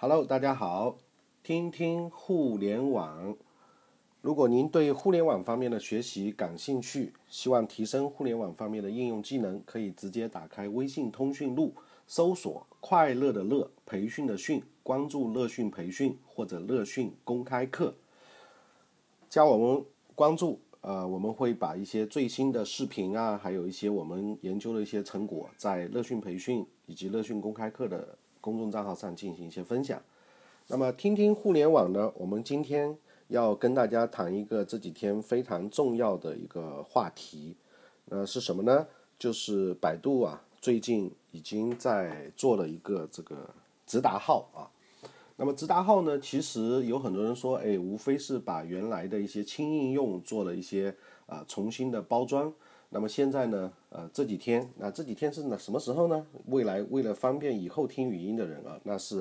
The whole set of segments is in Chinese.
Hello，大家好，听听互联网。如果您对互联网方面的学习感兴趣，希望提升互联网方面的应用技能，可以直接打开微信通讯录，搜索快乐的乐，培训的训，关注乐讯培训或者乐讯公开课，加我们关注。我们会把一些最新的视频啊，还有一些我们研究的一些成果，在乐讯培训以及乐讯公开课的公众账号上进行一些分享。那么听听互联网呢，我们今天要跟大家谈一个这几天非常重要的一个话题，是什么呢？就是百度啊，最近已经在做了一个这个直达号啊。那么直达号呢，其实有很多人说，无非是把原来的一些轻应用做了一些重新的包装。那么现在呢，这几天是什么时候呢？未来为了方便以后听语音的人啊，那是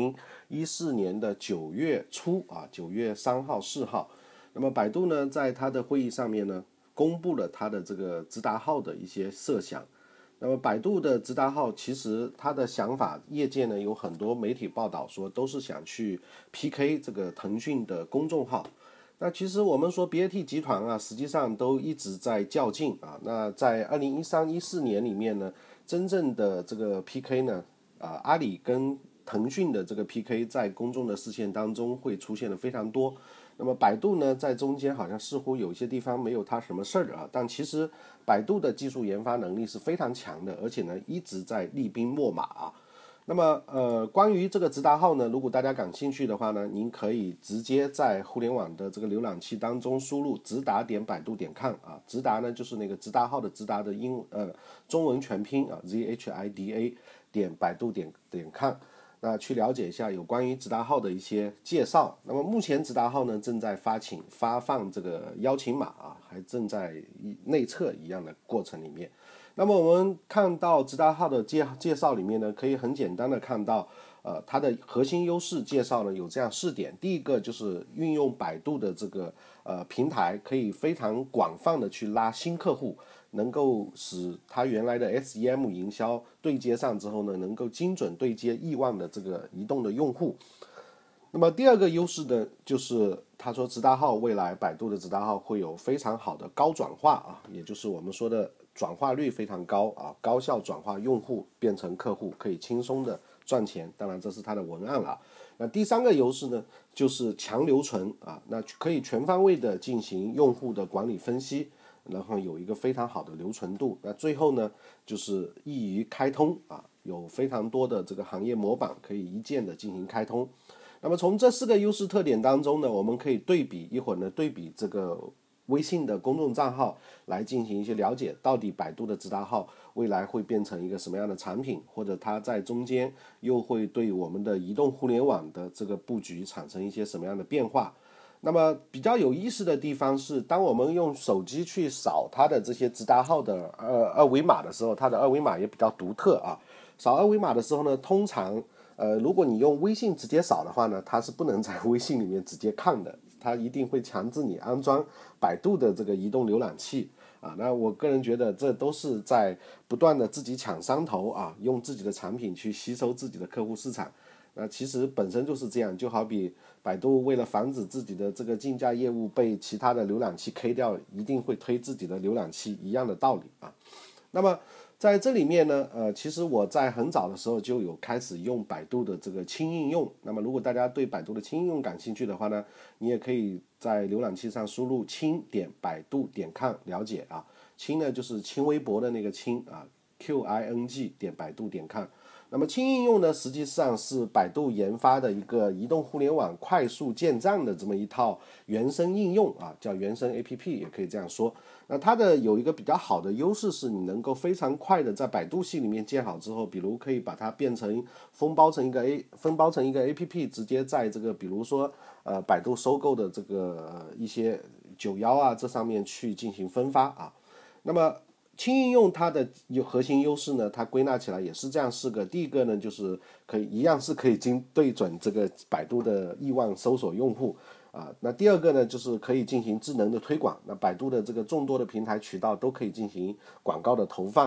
2014年的9月初啊，9月3号、4号。那么百度呢，在它的会议上面呢，公布了它的这个直达号的一些设想。那么百度的直达号其实它的想法，业界呢有很多媒体报道说都是想去 PK 这个腾讯的公众号。那其实我们说 BAT 集团啊，实际上都一直在较劲啊。那在2013-14年里面呢，真正的这个 PK 呢，阿里跟腾讯的这个 PK 在公众的视线当中会出现的非常多。那么百度呢，在中间好像似乎有一些地方没有它什么事儿啊，但其实百度的技术研发能力是非常强的，而且呢一直在厉兵秣马啊。那么关于这个直达号呢，如果大家感兴趣的话呢，您可以直接在互联网的这个浏览器当中输入直达点百度点 com 啊，直达呢就是那个直达号的直达的中文全拼啊 ZHIDA 点百度点 com。那去了解一下有关于直达号的一些介绍。那么目前直达号呢正在发放这个邀请码啊，还正在内测一样的过程里面。那么我们看到直达号的介绍里面呢，可以很简单的看到，它的核心优势介绍呢有这样4点。第一个就是运用百度的这个平台，可以非常广泛的去拉新客户，能够使它原来的 SEM 营销对接上之后呢，能够精准对接亿万的这个移动的用户。那么第二个优势呢，就是他说直达号未来百度的直达号会有非常好的高转化啊，也就是我们说的转化率非常高啊，高效转化用户变成客户，可以轻松的赚钱。当然这是它的文案了。那第3个优势呢，就是强留存啊，那可以全方位的进行用户的管理分析，然后有一个非常好的留存度。那最后呢，就是易于开通啊，有非常多的这个行业模板可以一键的进行开通。那么从这4个优势特点当中呢，我们可以对比一会儿呢，对比这个微信的公众账号来进行一些了解，到底百度的直达号未来会变成一个什么样的产品，或者它在中间又会对我们的移动互联网的这个布局产生一些什么样的变化。那么比较有意思的地方是，当我们用手机去扫它的这些直达号的二维码的时候，它的二维码也比较独特啊。扫二维码的时候呢，通常如果你用微信直接扫的话呢，它是不能在微信里面直接看的，它一定会强制你安装百度的这个移动浏览器啊。那我个人觉得这都是在不断的自己抢山头啊，用自己的产品去吸收自己的客户市场。那其实本身就是这样，就好比百度为了防止自己的这个竞价业务被其他的浏览器 K 掉，一定会推自己的浏览器一样的道理啊。那么在这里面呢，其实我在很早的时候就有开始用百度的这个轻应用。那么如果大家对百度的轻应用感兴趣的话呢，你也可以在浏览器上输入轻点百度点 com 了解啊。轻呢就是轻微博的那个轻啊 ，QING 点百度点 com。那么轻应用呢，实际上是百度研发的一个移动互联网快速建站的这么一套原生应用啊，叫原生 APP 也可以这样说。那它的有一个比较好的优势是，你能够非常快的在百度系里面建好之后，比如可以把它变成封包成一个 APP， 直接在这个比如说百度收购的这个一些91啊这上面去进行分发啊。那么轻应用它的核心优势呢，它归纳起来也是这样4个。第一个呢，就是可以对准这个百度的亿万搜索用户啊。那第二个呢，就是可以进行智能的推广。那百度的这个众多的平台渠道都可以进行广告的投放。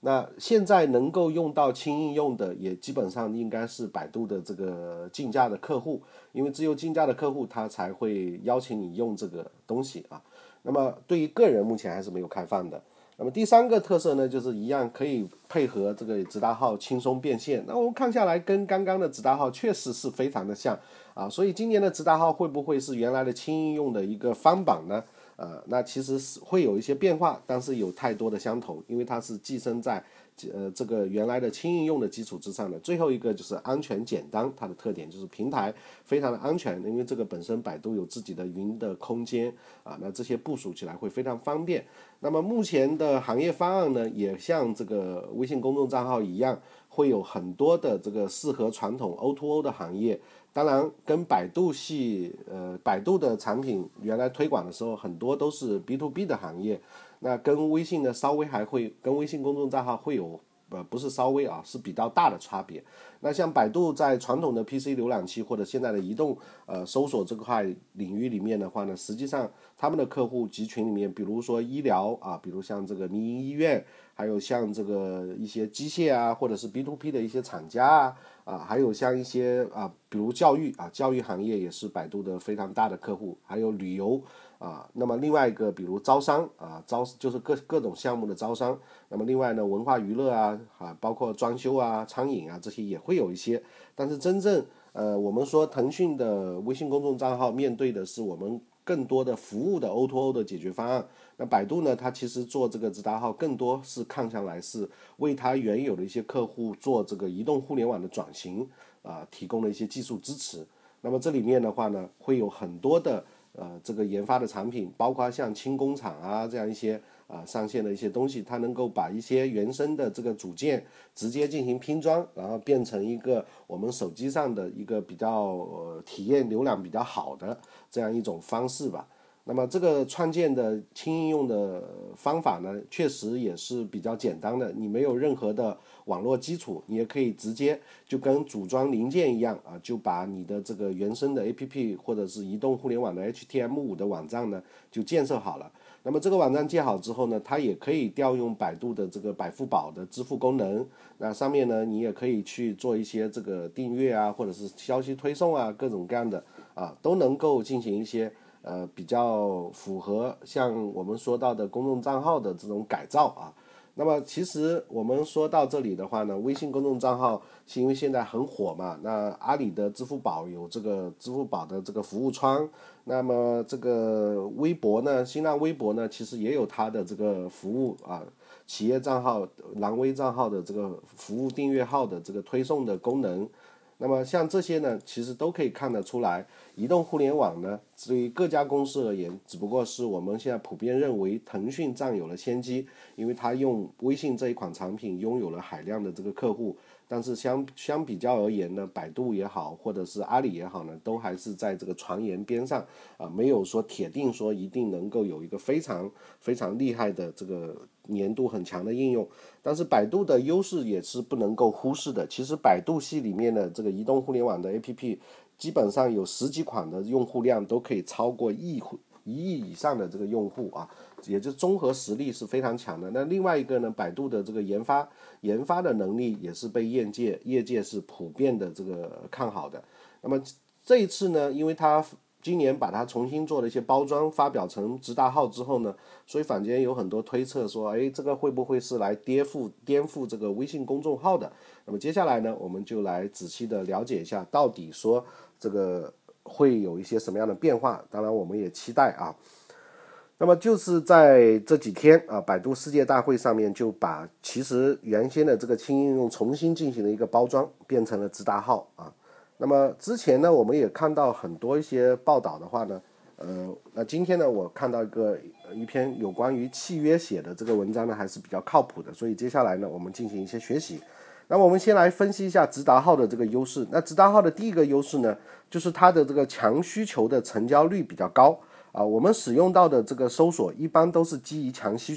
那现在能够用到轻应用的，也基本上应该是百度的这个竞价的客户，因为只有竞价的客户，他才会邀请你用这个东西啊。那么对于个人，目前还是没有开放的。那么第三个特色呢，就是一样可以配合这个直达号轻松变现。那我们看下来，跟刚刚的直达号确实是非常的像啊。所以今年的直达号会不会是原来的轻应用的一个翻版呢？那其实是会有一些变化，但是有太多的相同，因为它是寄生在这个原来的轻应用的基础之上的。最后一个就是安全简单，它的特点就是平台非常的安全，因为这个本身百度有自己的云的空间啊，那这些部署起来会非常方便。那么目前的行业方案呢，也像这个微信公众账号一样，会有很多的这个适合传统 O2O 的行业。当然跟百度百度的产品原来推广的时候，很多都是 B2B 的行业，那跟微信呢稍微还会跟微信公众账号会有不是稍微啊，是比较大的差别。那像百度在传统的 PC 浏览器或者现在的移动搜索这块领域里面的话呢，实际上他们的客户集群里面，比如说医疗啊，比如像这个民营医院，还有像这个一些机械啊，或者是 B2P 的一些厂家还有像一些比如教育教育行业也是百度的非常大的客户，还有旅游那么另外一个比如招商就是各种项目的招商。那么另外呢，文化娱乐包括装修餐饮这些也会有一些。但是真正我们说腾讯的微信公众账号面对的是我们更多的服务的 O2O 的解决方案。那百度呢，它其实做这个直达号更多是看上来是为它原有的一些客户做这个移动互联网的转型提供了一些技术支持。那么这里面的话呢，会有很多的这个研发的产品，包括像轻工厂这样一些上线的一些东西，它能够把一些原生的这个组件直接进行拼装，然后变成一个我们手机上的一个比较体验流量比较好的这样一种方式吧。那么这个创建的轻应用的方法呢，确实也是比较简单的，你没有任何的网络基础，你也可以直接就跟组装零件一样就把你的这个原生的 APP 或者是移动互联网的 HTML5 的网站呢就建设好了。那么这个网站建好之后呢，它也可以调用百度的这个百付宝的支付功能，那上面呢你也可以去做一些这个订阅或者是消息推送各种各样的都能够进行一些比较符合像我们说到的公众账号的这种改造那么其实我们说到这里的话呢，微信公众账号是因为现在很火嘛，那阿里的支付宝有这个支付宝的这个服务窗，那么这个微博呢，新浪微博呢，其实也有它的这个服务企业账号、蓝微账号的这个服务订阅号的这个推送的功能。那么像这些呢，其实都可以看得出来，移动互联网呢，对于各家公司而言，只不过是我们现在普遍认为腾讯占有了先机，因为它用微信这一款产品拥有了海量的这个客户。但是相比较而言呢，百度也好，或者是阿里也好呢，都还是在这个传言边上没有说铁定说一定能够有一个非常非常厉害的这个粘度很强的应用。但是百度的优势也是不能够忽视的。其实百度系里面的这个移动互联网的 APP， 基本上有10几款的用户量都可以超过1亿以上的这个用户也就是综合实力是非常强的。那另外一个呢，百度的这个研发的能力也是被业界是普遍的这个看好的。那么这一次呢，因为它今年把它重新做了一些包装，发表成直达号之后呢，所以坊间有很多推测说，这个会不会是来颠覆这个微信公众号的？那么接下来呢，我们就来仔细的了解一下，到底说这个会有一些什么样的变化。当然我们也期待那么就是在这几天百度世界大会上面就把其实原先的这个轻应用重新进行了一个包装，变成了直达号那么之前呢，我们也看到很多一些报道的话呢，那今天呢，我看到一篇有关于契约写的这个文章呢，还是比较靠谱的，所以接下来呢，我们进行一些学习。那么我们先来分析一下直达号的这个优势。那直达号的第一个优势呢，就是它的这个强需求的成交率比较高我们使用到的这个搜索一般都是基于强需求，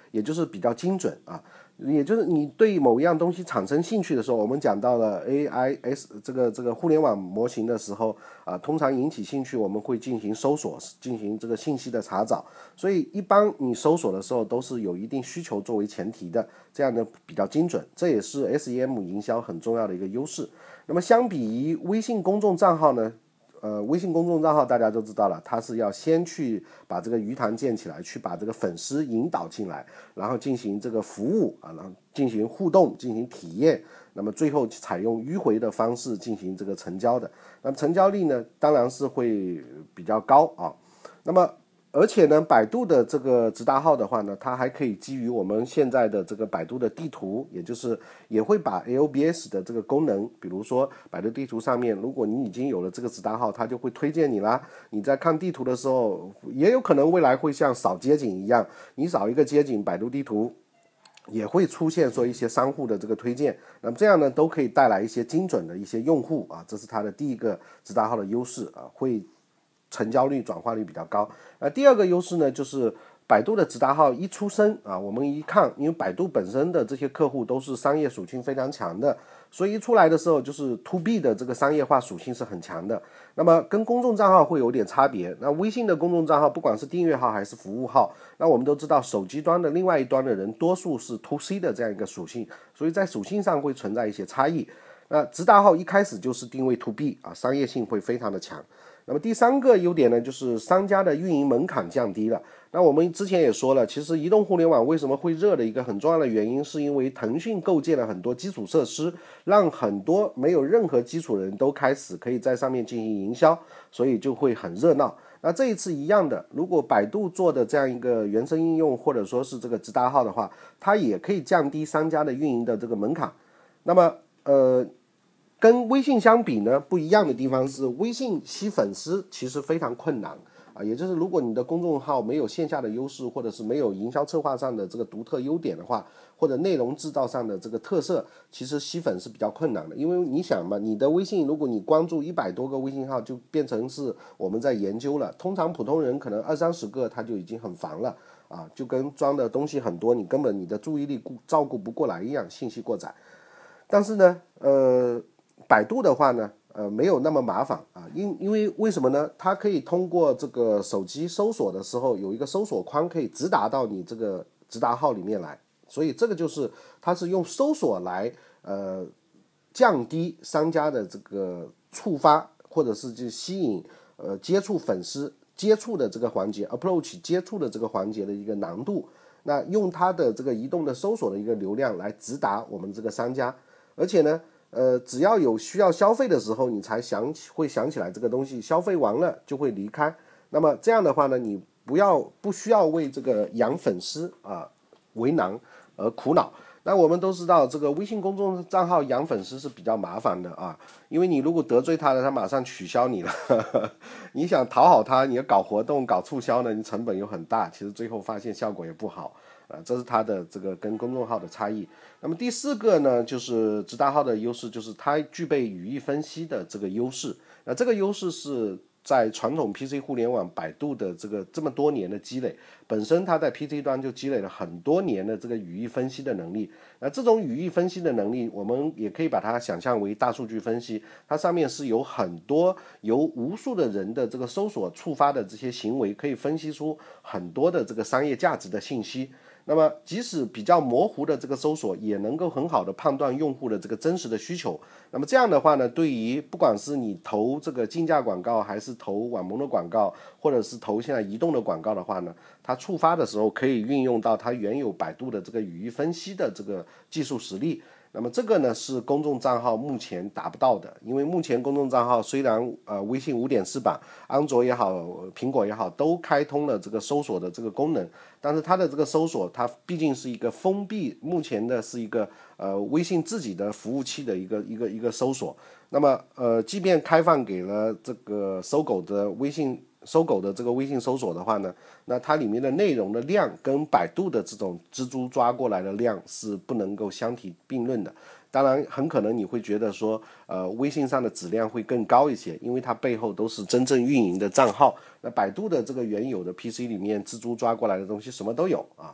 也就是比较精准啊。也就是你对某一样东西产生兴趣的时候，我们讲到了 AIS 这个互联网模型的时候啊，通常引起兴趣，我们会进行搜索，进行这个信息的查找。所以一般你搜索的时候都是有一定需求作为前提的，这样的比较精准，这也是 SEM 营销很重要的一个优势。那么相比于微信公众账号呢？微信公众账号大家都知道了，它是要先去把这个鱼塘建起来，去把这个粉丝引导进来，然后进行这个服务啊，然后进行互动，进行体验，那么最后采用迂回的方式进行这个成交的。那么成交率呢，当然是会比较高啊。那么而且呢，百度的这个直达号的话呢，它还可以基于我们现在的这个百度的地图，也就是也会把 LBS 的这个功能，比如说百度地图上面，如果你已经有了这个直达号，它就会推荐你啦。你在看地图的时候，也有可能未来会像扫街景一样，你扫一个街景，百度地图也会出现说一些商户的这个推荐，那么这样呢，都可以带来一些精准的一些用户啊，这是它的第一个直达号的优势啊，会成交率转化率比较高。第二个优势呢，就是百度的直达号一出生啊，我们一看，因为百度本身的这些客户都是商业属性非常强的，所以一出来的时候就是 to B 的这个商业化属性是很强的。那么跟公众账号会有点差别，那微信的公众账号不管是订阅号还是服务号，那我们都知道手机端的另外一端的人多数是 to C 的这样一个属性，所以在属性上会存在一些差异。那直达号一开始就是定位 to B 啊，商业性会非常的强。那么第三个优点呢，就是商家的运营门槛降低了。那我们之前也说了，其实移动互联网为什么会热的一个很重要的原因，是因为腾讯构建了很多基础设施，让很多没有任何基础的人都开始可以在上面进行营销，所以就会很热闹。那这一次一样的，如果百度做的这样一个原生应用，或者说是这个直达号的话，它也可以降低商家的运营的这个门槛。那么跟微信相比呢，不一样的地方是，微信吸粉丝其实非常困难啊，也就是如果你的公众号没有线下的优势，或者是没有营销策划上的这个独特优点的话，或者内容制造上的这个特色，其实吸粉是比较困难的。因为你想嘛，你的微信如果你关注100多个微信号，就变成是我们在研究了。通常普通人可能20-30个他就已经很烦了啊，就跟装的东西很多，你根本你的注意力照顾不过来一样，信息过载。但是呢，百度的话呢，没有那么麻烦啊，因为为什么呢？它可以通过这个手机搜索的时候有一个搜索框，可以直达到你这个直达号里面来，所以这个就是它是用搜索来降低商家的这个触发，或者是去吸引接触粉丝接触的这个环节 approach 接触的这个环节的一个难度。那用它的这个移动的搜索的一个流量来直达我们这个商家，而且呢。只要有需要消费的时候，你才会想起来这个东西，消费完了就会离开。那么这样的话呢，你不需要为这个养粉丝为难而苦恼。那我们都知道，这个微信公众账号养粉丝是比较麻烦的啊，因为你如果得罪他了，他马上取消你了。你想讨好他，你要搞活动、搞促销呢，你成本又很大，其实最后发现效果也不好。这是它的这个跟公众号的差异。那么第四个呢，就是直达号的优势，就是它具备语义分析的这个优势。那这个优势是在传统 PC 互联网百度的这么多年的积累，本身它在 PC 端就积累了很多年的这个语义分析的能力。那这种语义分析的能力，我们也可以把它想象为大数据分析，它上面是有很多由无数的人的这个搜索触发的这些行为，可以分析出很多的这个商业价值的信息。那么即使比较模糊的这个搜索，也能够很好的判断用户的这个真实的需求。那么这样的话呢，对于不管是你投这个竞价广告，还是投网盟的广告，或者是投现在移动的广告的话呢，它触发的时候可以运用到它原有百度的这个语义分析的这个技术实力。那么这个呢是公众账号目前达不到的，因为目前公众账号虽然微信5.4版，安卓也好，苹果也好，都开通了这个搜索的这个功能，但是它的这个搜索，它毕竟是一个封闭，目前的是一个微信自己的服务器的一个搜索。那么即便开放给了这个搜狗的这个微信搜索的话呢，那它里面的内容的量跟百度的这种蜘蛛抓过来的量是不能够相提并论的。当然很可能你会觉得说微信上的质量会更高一些，因为它背后都是真正运营的账号。那百度的这个原有的 PC 里面蜘蛛抓过来的东西什么都有啊。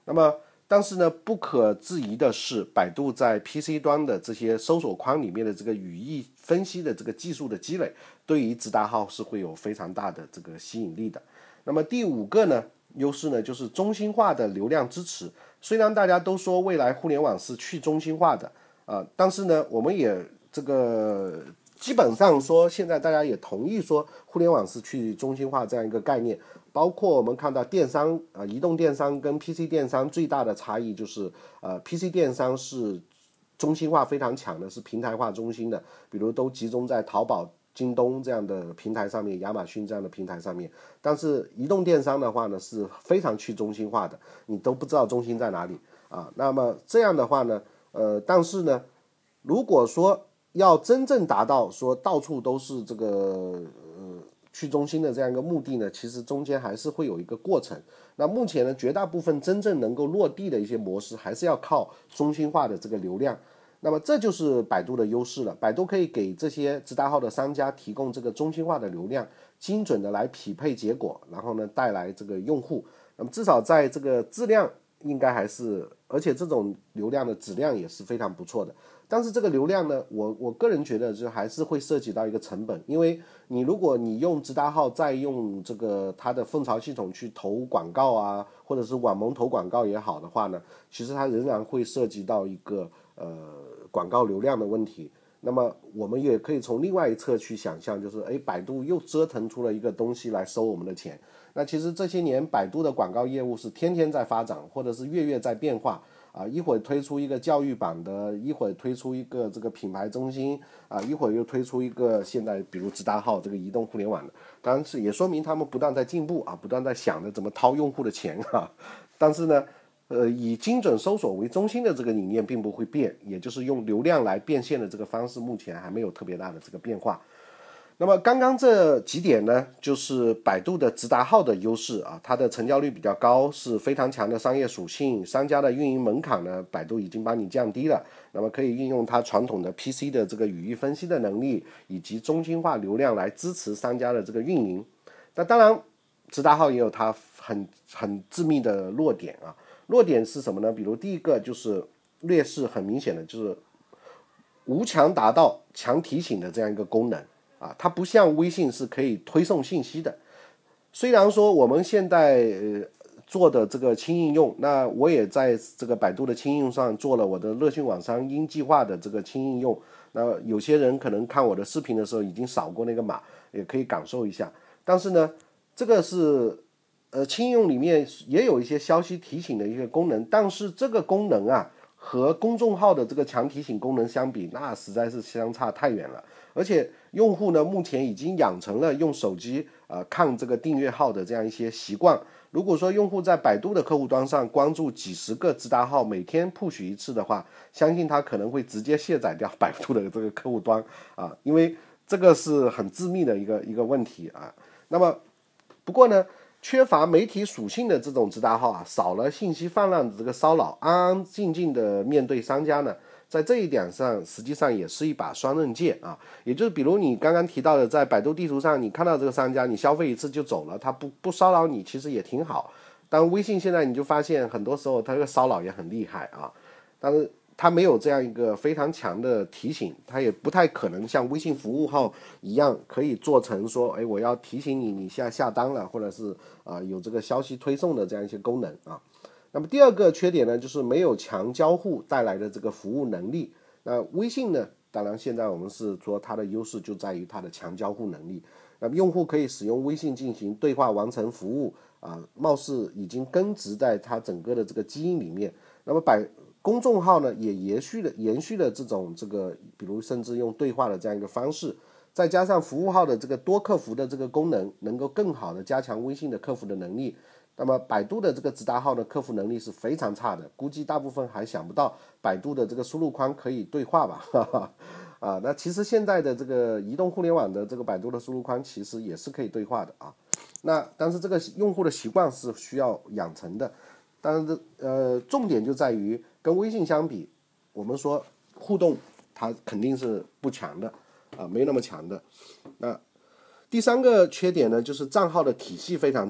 那么但是呢，不可置疑的是，百度在 PC 端的这些搜索框里面的这个语义分析的这个技术的积累，对于直达号是会有非常大的这个吸引力的。那么第5个呢优势呢，就是中心化的流量支持。虽然大家都说未来互联网是去中心化的但是呢，我们也这个基本上说，现在大家也同意说，互联网是去中心化这样一个概念。包括我们看到电商移动电商跟 PC 电商最大的差异就是PC 电商是中心化非常强的，是平台化中心的，比如都集中在淘宝、京东这样的平台上面，亚马逊这样的平台上面。但是移动电商的话呢，是非常去中心化的，你都不知道中心在哪里那么这样的话呢但是呢，如果说要真正达到说到处都是这个去中心的这样一个目的呢，其实中间还是会有一个过程。那目前呢，绝大部分真正能够落地的一些模式，还是要靠中心化的这个流量。那么这就是百度的优势了，百度可以给这些直达号的商家提供这个中心化的流量，精准的来匹配结果，然后呢带来这个用户。那么至少在这个质量应该还是，而且这种流量的质量也是非常不错的。但是这个流量呢，我个人觉得就还是会涉及到一个成本，因为如果你用直达号再用这个它的蜂巢系统去投广告或者是网盟投广告也好的话呢，其实它仍然会涉及到一个广告流量的问题。那么我们也可以从另外一侧去想象，就是百度又折腾出了一个东西来收我们的钱。那其实这些年百度的广告业务是天天在发展，或者是月月在变化一会儿推出一个教育版的，一会儿推出一个这个品牌中心一会儿又推出一个现在比如直达号这个移动互联网的。当然是也说明他们不断在进步不断在想着怎么掏用户的钱但是呢以精准搜索为中心的这个理念并不会变，也就是用流量来变现的这个方式，目前还没有特别大的这个变化。那么刚刚这几点呢，就是百度的直达号的优势它的成交率比较高，是非常强的商业属性，商家的运营门槛呢，百度已经帮你降低了，那么可以运用它传统的 PC 的这个语义分析的能力，以及中心化流量来支持商家的这个运营。那当然，直达号也有它很致命的弱点弱点是什么呢？比如第一个就是劣势很明显的，就是无强达到强提醒的这样一个功能它不像微信是可以推送信息的。虽然说我们现在做的这个轻应用，那我也在这个百度的轻应用上做了我的乐讯网商应计划的这个轻应用。那有些人可能看我的视频的时候已经扫过那个码，也可以感受一下。但是呢，这个是轻应用里面也有一些消息提醒的一些功能，但是这个功能和公众号的这个强提醒功能相比，那实在是相差太远了。而且用户呢，目前已经养成了用手机看这个订阅号的这样一些习惯。如果说用户在百度的客户端上关注几十个直达号，每天 push 一次的话，相信他可能会直接卸载掉百度的这个客户端因为这个是很致命的一个问题那么不过呢，缺乏媒体属性的这种直达号少了信息泛滥的这个骚扰，安安静静的面对商家呢，在这一点上实际上也是一把双刃剑也就是比如你刚刚提到的，在百度地图上你看到这个商家，你消费一次就走了，他不骚扰你，其实也挺好。但微信现在你就发现很多时候他这个骚扰也很厉害但是它没有这样一个非常强的提醒，它也不太可能像微信服务号一样可以做成说我要提醒你下单了，或者是有这个消息推送的这样一些功能那么第二个缺点呢，就是没有强交互带来的这个服务能力。那微信呢，当然现在我们是说它的优势就在于它的强交互能力。那么用户可以使用微信进行对话完成服务貌似已经根植在它整个的这个基因里面。那么公众号呢，也延续了这种比如甚至用对话的这样一个方式，再加上服务号的这个多客服的这个功能，能够更好的加强微信的客服的能力。那么百度的这个直达号的客服能力是非常差的，估计大部分还想不到百度的这个输入框可以对话吧那其实现在的这个移动互联网的这个百度的输入框其实也是可以对话的但是这个用户的习惯是需要养成的。但是重点就在于跟微信相比，我们说互动它肯定是不强的没那么强的。那第三个缺点呢，就是账号的体系非常差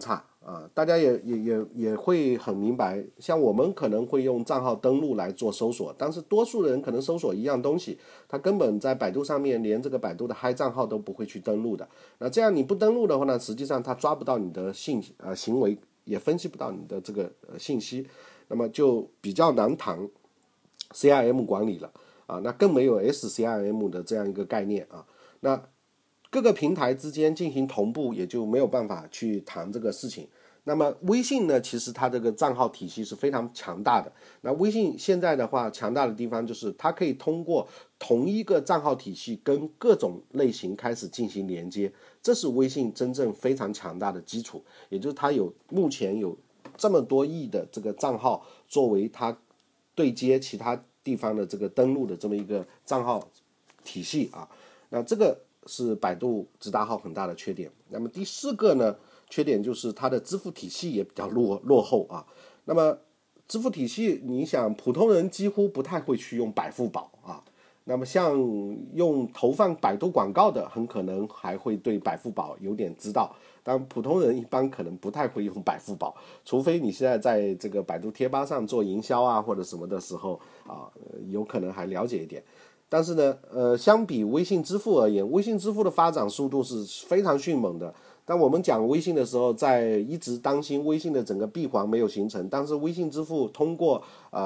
大家也会很明白，像我们可能会用账号登录来做搜索，但是多数人可能搜索一样东西，他根本在百度上面连这个百度的嗨账号都不会去登录的。那这样你不登录的话呢，实际上他抓不到你的行为，也分析不到你的这个信息，那么就比较难谈 CRM 管理了那更没有 SCRM 的这样一个概念那各个平台之间进行同步，也就没有办法去谈这个事情。那么微信呢，其实它这个账号体系是非常强大的。那微信现在的话，强大的地方就是它可以通过同一个账号体系跟各种类型开始进行连接，这是微信真正非常强大的基础。也就是它目前有这么多亿的这个账号作为它对接其他地方的这个登录的这么一个账号体系那这个是百度直达号很大的缺点。那么第四个呢，缺点就是它的支付体系也比较落后那么支付体系，你想普通人几乎不太会去用百付宝那么像用投放百度广告的，很可能还会对百付宝有点知道，但普通人一般可能不太会用百付宝，除非你现在在这个百度贴吧上做营销或者什么的时候有可能还了解一点。但是呢，相比微信支付而言，微信支付的发展速度是非常迅猛的。当我们讲微信的时候，在一直担心微信的整个闭环没有形成，但是微信支付通过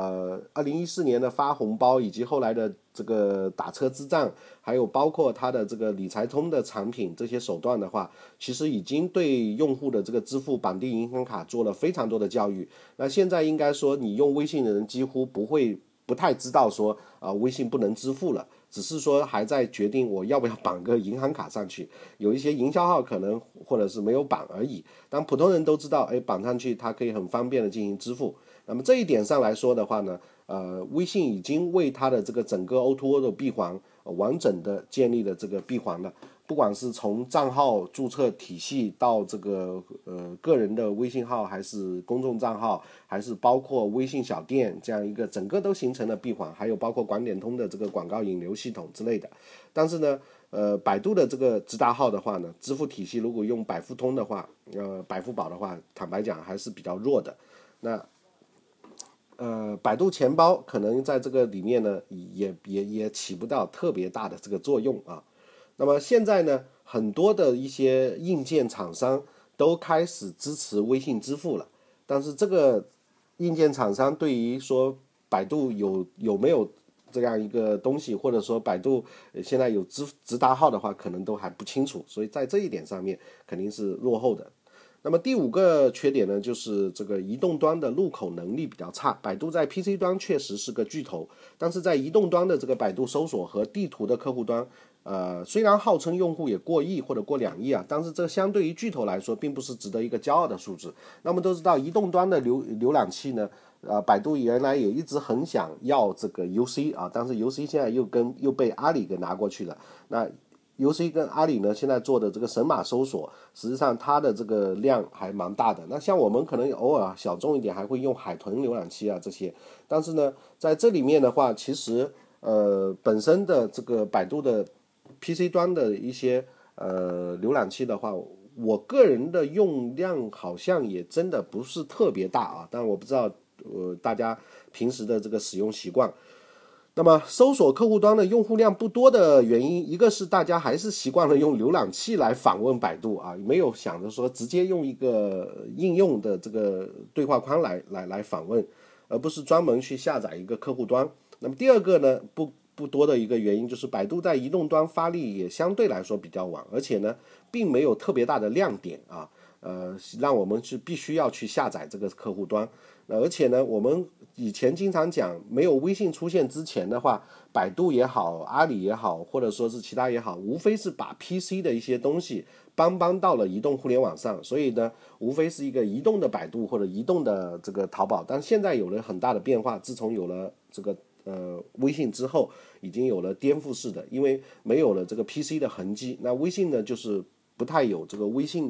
2014年的发红包，以及后来的这个打车之战，还有包括它的这个理财通的产品这些手段的话，其实已经对用户的这个支付绑定银行卡做了非常多的教育。那现在应该说，你用微信的人几乎不太知道说微信不能支付了，只是说还在决定我要不要绑个银行卡上去，有一些营销号可能或者是没有绑而已。但普通人都知道，绑上去它可以很方便的进行支付。那么这一点上来说的话呢，微信已经为它的这个整个 O2O 的闭环完整的建立了这个闭环了。不管是从账号注册体系到这个个人的微信号，还是公众账号，还是包括微信小店这样一个整个都形成了闭环，还有包括广点通的这个广告引流系统之类的。但是呢，百度的这个直达号的话呢，支付体系如果用百付通的话，百付宝的话，坦白讲还是比较弱的。那百度钱包可能在这个里面呢，也起不到特别大的这个作用那么现在呢，很多的一些硬件厂商都开始支持微信支付了，但是这个硬件厂商对于说百度有没有这样一个东西，或者说百度现在有直达号的话，可能都还不清楚，所以在这一点上面肯定是落后的。那么第五个缺点呢，就是这个移动端的入口能力比较差。百度在 PC 端确实是个巨头，但是在移动端的这个百度搜索和地图的客户端，虽然号称用户也过亿或者过2亿但是这相对于巨头来说，并不是值得一个骄傲的数字。那么都知道，移动端的浏览器呢，百度原来也一直很想要这个 UC 但是 UC 现在又被阿里给拿过去了。那UC 跟阿里呢，现在做的这个神马搜索，实际上它的这个量还蛮大的。那像我们可能偶尔小众一点，还会用海豚浏览器这些。但是呢，在这里面的话，其实本身的这个百度的 PC 端的一些浏览器的话，我个人的用量好像也真的不是特别大但我不知道大家平时的这个使用习惯。那么搜索客户端的用户量不多的原因，一个是大家还是习惯了用浏览器来访问百度没有想着说直接用一个应用的这个对话框来访问，而不是专门去下载一个客户端。那么第二个呢，不多的一个原因就是百度在移动端发力也相对来说比较晚，而且呢，并没有特别大的亮点让我们是必须要去下载这个客户端。而且呢，我们以前经常讲，没有微信出现之前的话，百度也好，阿里也好，或者说是其他也好，无非是把 PC 的一些东西搬到了移动互联网上，所以呢，无非是一个移动的百度或者移动的这个淘宝。但现在有了很大的变化，自从有了这个微信之后，已经有了颠覆式的，因为没有了这个 PC 的痕迹，那微信呢就是不太有这个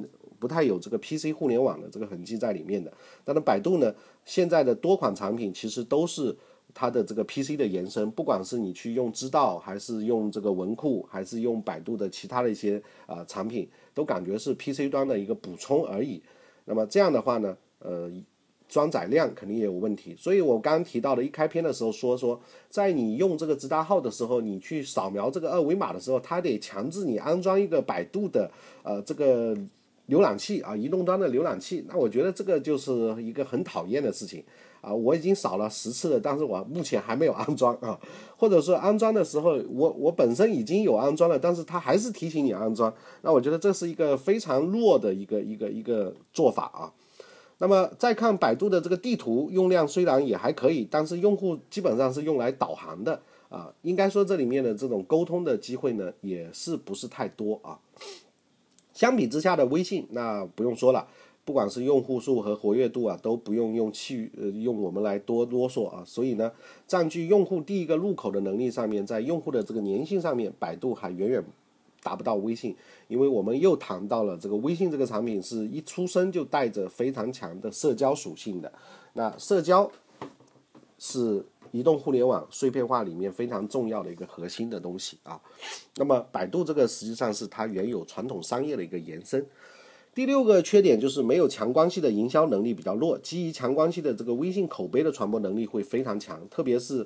PC 互联网的这个痕迹在里面的。但是百度呢，现在的多款产品其实都是它的这个 PC 的延伸，不管是你去用知道，还是用这个文库，还是用百度的其他的一些产品，都感觉是 PC 端的一个补充而已。 那么这样的话呢，装载量肯定也有问题。所以我刚刚提到的一开篇的时候说，在你用这个直达号的时候，你去扫描这个二维码的时候，它得强制你安装一个百度的这个浏览器啊，移动端的浏览器。那我觉得这个就是一个很讨厌的事情啊！我已经扫了10次了，但是我目前还没有安装啊。或者说安装的时候，我本身已经有安装了，但是它还是提醒你安装。那我觉得这是一个非常弱的一个做法啊。那么再看百度的这个地图用量虽然也还可以，但是用户基本上是用来导航的啊，应该说这里面的这种沟通的机会呢也是不是太多啊。相比之下的微信那不用说了，不管是用户数和活跃度啊都不用用我们来多啰嗦啊。所以呢，占据用户第一个入口的能力上面，在用户的这个粘性上面，百度还远远达不到微信。因为我们又谈到了这个微信这个产品是一出生就带着非常强的社交属性的，那社交是移动互联网碎片化里面非常重要的一个核心的东西啊。那么百度这个实际上是它原有传统商业的一个延伸。第6个缺点就是没有强关系的营销能力比较弱，基于强关系的这个微信口碑的传播能力会非常强，特别是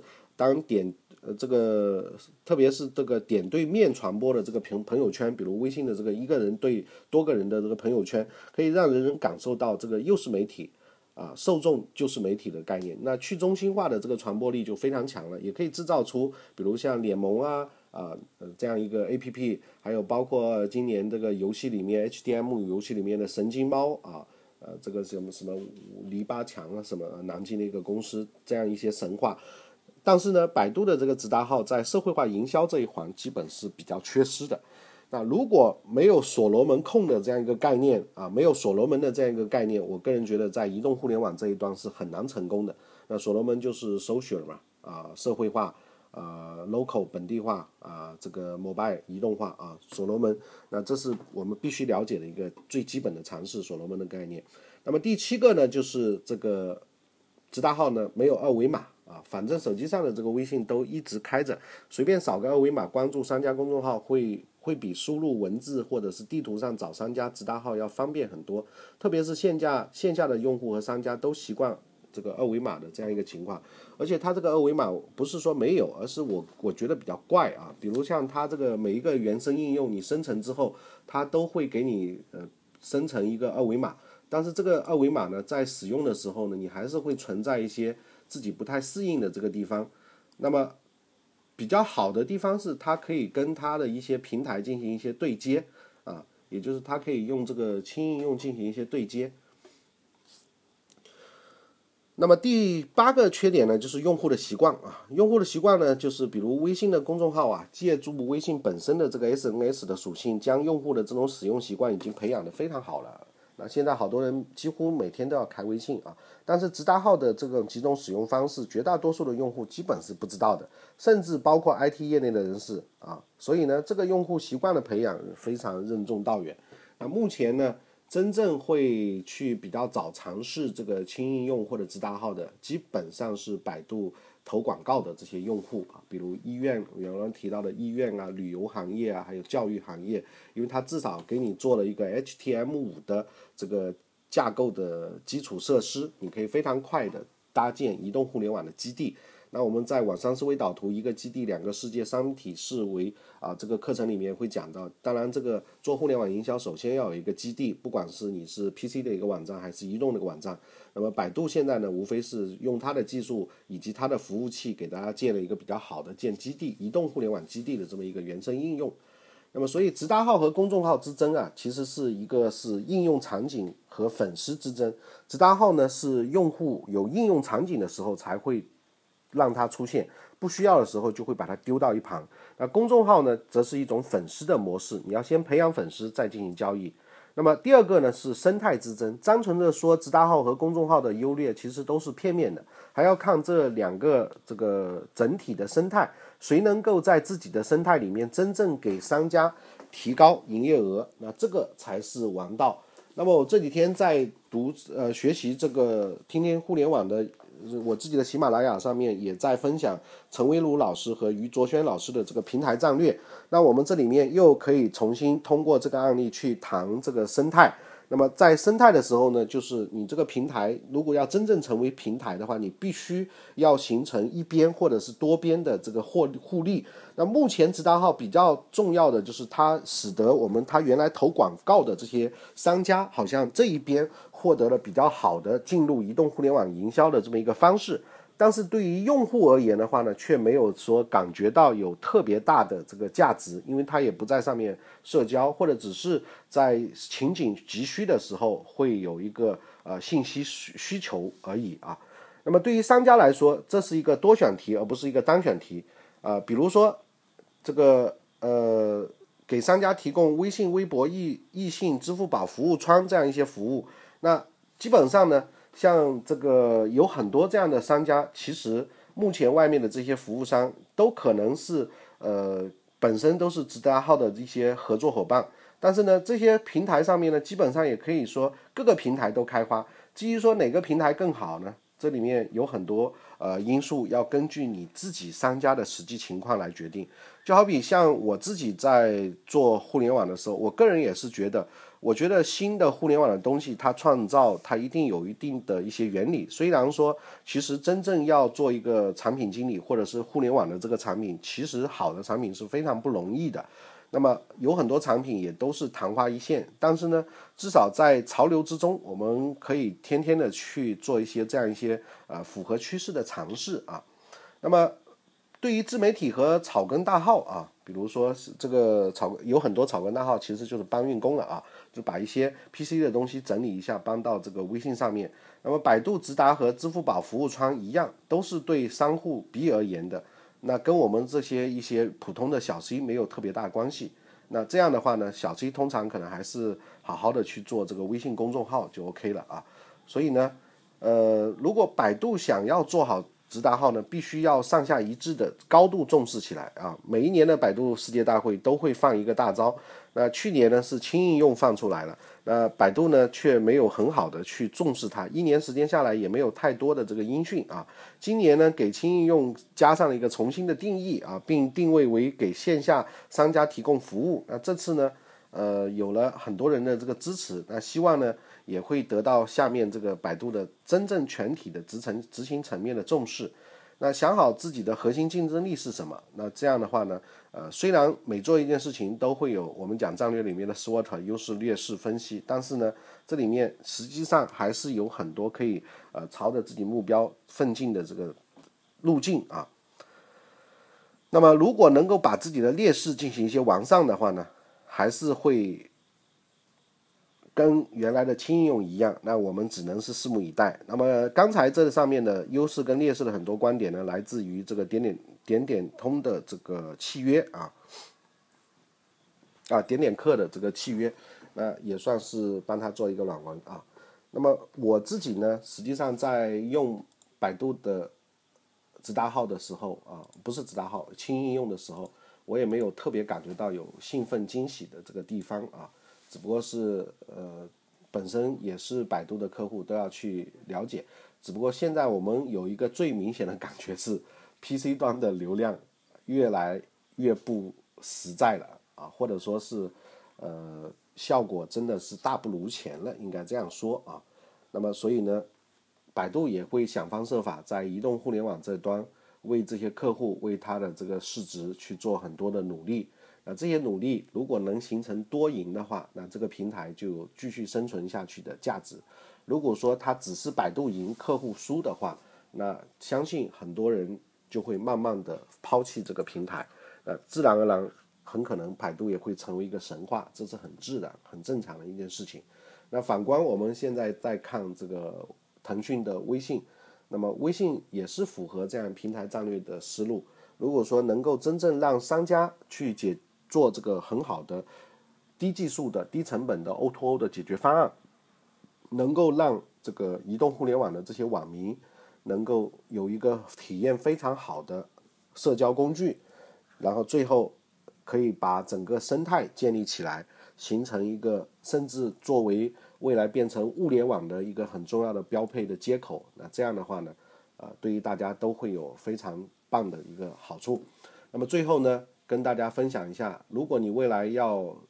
特别是这个点对面传播的这个朋友圈，比如微信的这个一个人对多个人的这个朋友圈，可以让人感受到这个又是媒体啊，受众就是媒体的概念。那去中心化的这个传播力就非常强了，也可以制造出比如像联盟这样一个 APP， 还有包括今年这个游戏里面 HDM 游戏里面的神经猫啊，这个什么篱笆墙啊，什么南京的一个公司，这样一些神话。但是呢，百度的这个直达号在社会化营销这一环基本是比较缺失的。那如果没有所罗门控的这样一个概念啊，没有所罗门的这样一个概念，我个人觉得在移动互联网这一端是很难成功的。那所罗门就是 social 嘛，社会化，local 本地化这个 mobile 移动化啊，所罗门。那这是我们必须了解的一个最基本的常识，所罗门的概念。那么第7个呢，就是这个直达号呢没有二维码啊，反正手机上的这个微信都一直开着，随便扫个二维码关注商家公众号会比输入文字或者是地图上找商家直达号要方便很多，特别是线下的用户和商家都习惯这个二维码的这样一个情况。而且它这个二维码不是说没有，而是我觉得比较怪啊。比如像它这个每一个原生应用你生成之后，它都会给你生成一个二维码，但是这个二维码呢，在使用的时候呢，你还是会存在一些自己不太适应的这个地方。那么比较好的地方是它可以跟它的一些平台进行一些对接啊，也就是它可以用这个轻应用进行一些对接。那么第8个缺点呢，就是用户的习惯啊。用户的习惯呢，就是比如微信的公众号啊，借助微信本身的这个 SNS 的属性，将用户的这种使用习惯已经培养得非常好了。那现在好多人几乎每天都要开微信啊，但是直达号的这种几种使用方式，绝大多数的用户基本是不知道的，甚至包括 IT 业内的人士啊。所以呢，这个用户习惯的培养非常任重道远。那目前呢，真正会去比较早尝试这个轻应用或者直达号的，基本上是百度投广告的这些用户啊，比如医院，有人提到的医院啊、旅游行业啊，还有教育行业，因为它至少给你做了一个 HTML5 的这个架构的基础设施，你可以非常快的搭建移动互联网的基地。那我们在网上思维导图一个基地两个世界三体式为这个课程里面会讲到。当然这个做互联网营销首先要有一个基地，不管是你是 PC 的一个网站还是移动的一个网站。那么百度现在呢，无非是用它的技术以及它的服务器给大家建了一个比较好的建基地，移动互联网基地的这么一个原生应用。那么所以直达号和公众号之争啊，其实是一个是应用场景和粉丝之争。直达号呢是用户有应用场景的时候才会让它出现，不需要的时候就会把它丢到一旁。那公众号呢，则是一种粉丝的模式，你要先培养粉丝，再进行交易。那么第二个呢是生态之争，单纯的说直达号和公众号的优劣，其实都是片面的，还要看这两个这个整体的生态，谁能够在自己的生态里面真正给商家提高营业额，那这个才是王道。那么我这几天在学习这个听听互联网的。我自己的喜马拉雅上面也在分享陈威儒老师和于卓轩老师的这个平台战略。那我们这里面又可以重新通过这个案例去谈这个生态。 那么在生态的时候呢，就是你这个平台如果要真正成为平台的话，你必须要形成一边或者是多边的这个互利。那目前直达号比较重要的就是它使得它原来投广告的这些商家，好像这一边获得了比较好的进入移动互联网营销的这么一个方式。但是对于用户而言的话呢，却没有说感觉到有特别大的这个价值，因为它也不在上面社交，或者只是在情景急需的时候会有一个信息需求而已啊。那么对于商家来说，这是一个多选题，而不是一个单选题比如说这个给商家提供微信、微博、易信、支付宝服务窗这样一些服务，那基本上呢，像这个有很多这样的商家，其实目前外面的这些服务商都可能是本身都是直达号的一些合作伙伴，但是呢，这些平台上面呢，基本上也可以说各个平台都开花。至于说哪个平台更好呢？这里面有很多因素要根据你自己商家的实际情况来决定。就好比像我自己在做互联网的时候，我个人也是我觉得新的互联网的东西，它创造它一定有一定的一些原理。虽然说，其实真正要做一个产品经理或者是互联网的这个产品，其实好的产品是非常不容易的。那么有很多产品也都是昙花一现，但是呢，至少在潮流之中，我们可以天天的去做一些这样一些符合趋势的尝试啊。那么对于自媒体和草根大号啊，比如说这个有很多草根大号其实就是搬运工了啊，就把一些 PC 的东西整理一下搬到这个微信上面。那么百度直达和支付宝服务窗一样，都是对商户B而言的。那跟我们这些一些普通的小 C 没有特别大关系。那这样的话呢，小 C 通常可能还是好好的去做这个微信公众号就 OK 了啊。所以呢，如果百度想要做好直达号呢，必须要上下一致的高度重视起来啊。每一年的百度世界大会都会放一个大招，那去年呢是轻应用放出来了，那百度呢却没有很好的去重视它，一年时间下来也没有太多的这个音讯啊。今年呢给轻应用加上了一个重新的定义啊，并定位为给线下商家提供服务。那这次呢有了很多人的这个支持，那希望呢也会得到下面这个百度的真正全体的执行层面的重视。那想好自己的核心竞争力是什么，那这样的话呢虽然每做一件事情都会有我们讲战略里面的 SWOT 优势劣势分析，但是呢这里面实际上还是有很多可以朝着自己目标奋进的这个路径啊。那么如果能够把自己的劣势进行一些完善的话呢，还是会跟原来的轻应用一样，那我们只能是拭目以待。那么刚才这上面的优势跟劣势的很多观点呢，来自于这个点点通的这个契约点点客的这个契约，那也算是帮他做一个软文啊。那么我自己呢，实际上在用百度的直达号的时候不是直达号，轻应用的时候，我也没有特别感觉到有兴奋惊喜的这个地方啊，只不过是本身也是百度的客户都要去了解，只不过现在我们有一个最明显的感觉是 PC 端的流量越来越不实在了啊，或者说是效果真的是大不如前了，应该这样说啊。那么所以呢，百度也会想方设法在移动互联网这端为这些客户为他的这个市值去做很多的努力。那这些努力如果能形成多赢的话，那这个平台就有继续生存下去的价值。如果说它只是百度赢客户输的话，那相信很多人就会慢慢的抛弃这个平台，自然而然很可能百度也会成为一个神话，这是很自然很正常的一件事情。那反观我们现在在看这个腾讯的微信，那么微信也是符合这样平台战略的思路。如果说能够真正让商家去做这个很好的低技术的低成本的 O2O 的解决方案，能够让这个移动互联网的这些网民能够有一个体验非常好的社交工具，然后最后可以把整个生态建立起来，形成一个甚至作为未来变成物联网的一个很重要的标配的接口。那这样的话呢对于大家都会有非常棒的一个好处。那么最后呢，跟大家分享一下，如果你未来要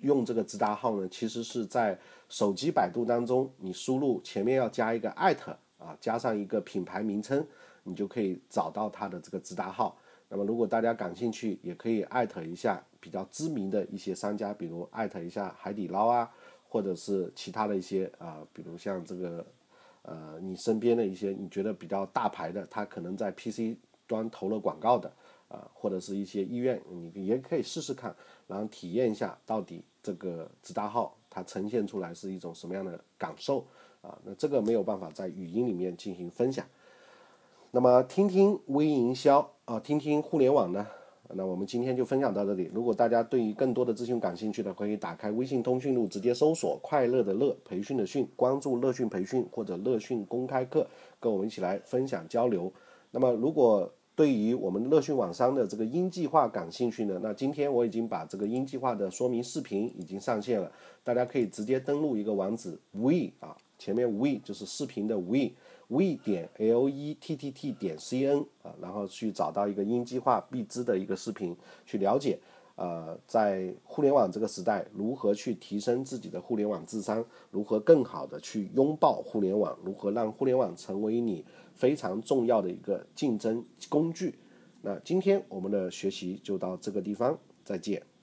用这个直达号呢，其实是在手机百度当中，你输入前面要加一个艾特啊，加上一个品牌名称，你就可以找到它的这个直达号。那么如果大家感兴趣，也可以艾特一下比较知名的一些商家，比如艾特一下海底捞啊，或者是其他的一些比如像这个你身边的一些你觉得比较大牌的，他可能在 PC 端投了广告的或者是一些医院，你也可以试试看，然后体验一下到底这个直达号它呈现出来是一种什么样的感受那这个没有办法在语音里面进行分享。那么听听微营销听听互联网呢？那我们今天就分享到这里。如果大家对于更多的资讯感兴趣的，可以打开微信通讯录，直接搜索快乐的乐，培训的训，关注乐讯培训或者乐讯公开课，跟我们一起来分享交流。那么如果对于我们乐讯网商的这个鹰计划感兴趣呢，那今天我已经把这个鹰计划的说明视频已经上线了，大家可以直接登录一个网址 we 前面 we 就是视频的 we 点 lett 点 cn 然后去找到一个鹰计划必知的一个视频，去了解在互联网这个时代如何去提升自己的互联网智商，如何更好的去拥抱互联网，如何让互联网成为你非常重要的一个竞争工具。那今天我们的学习就到这个地方，再见。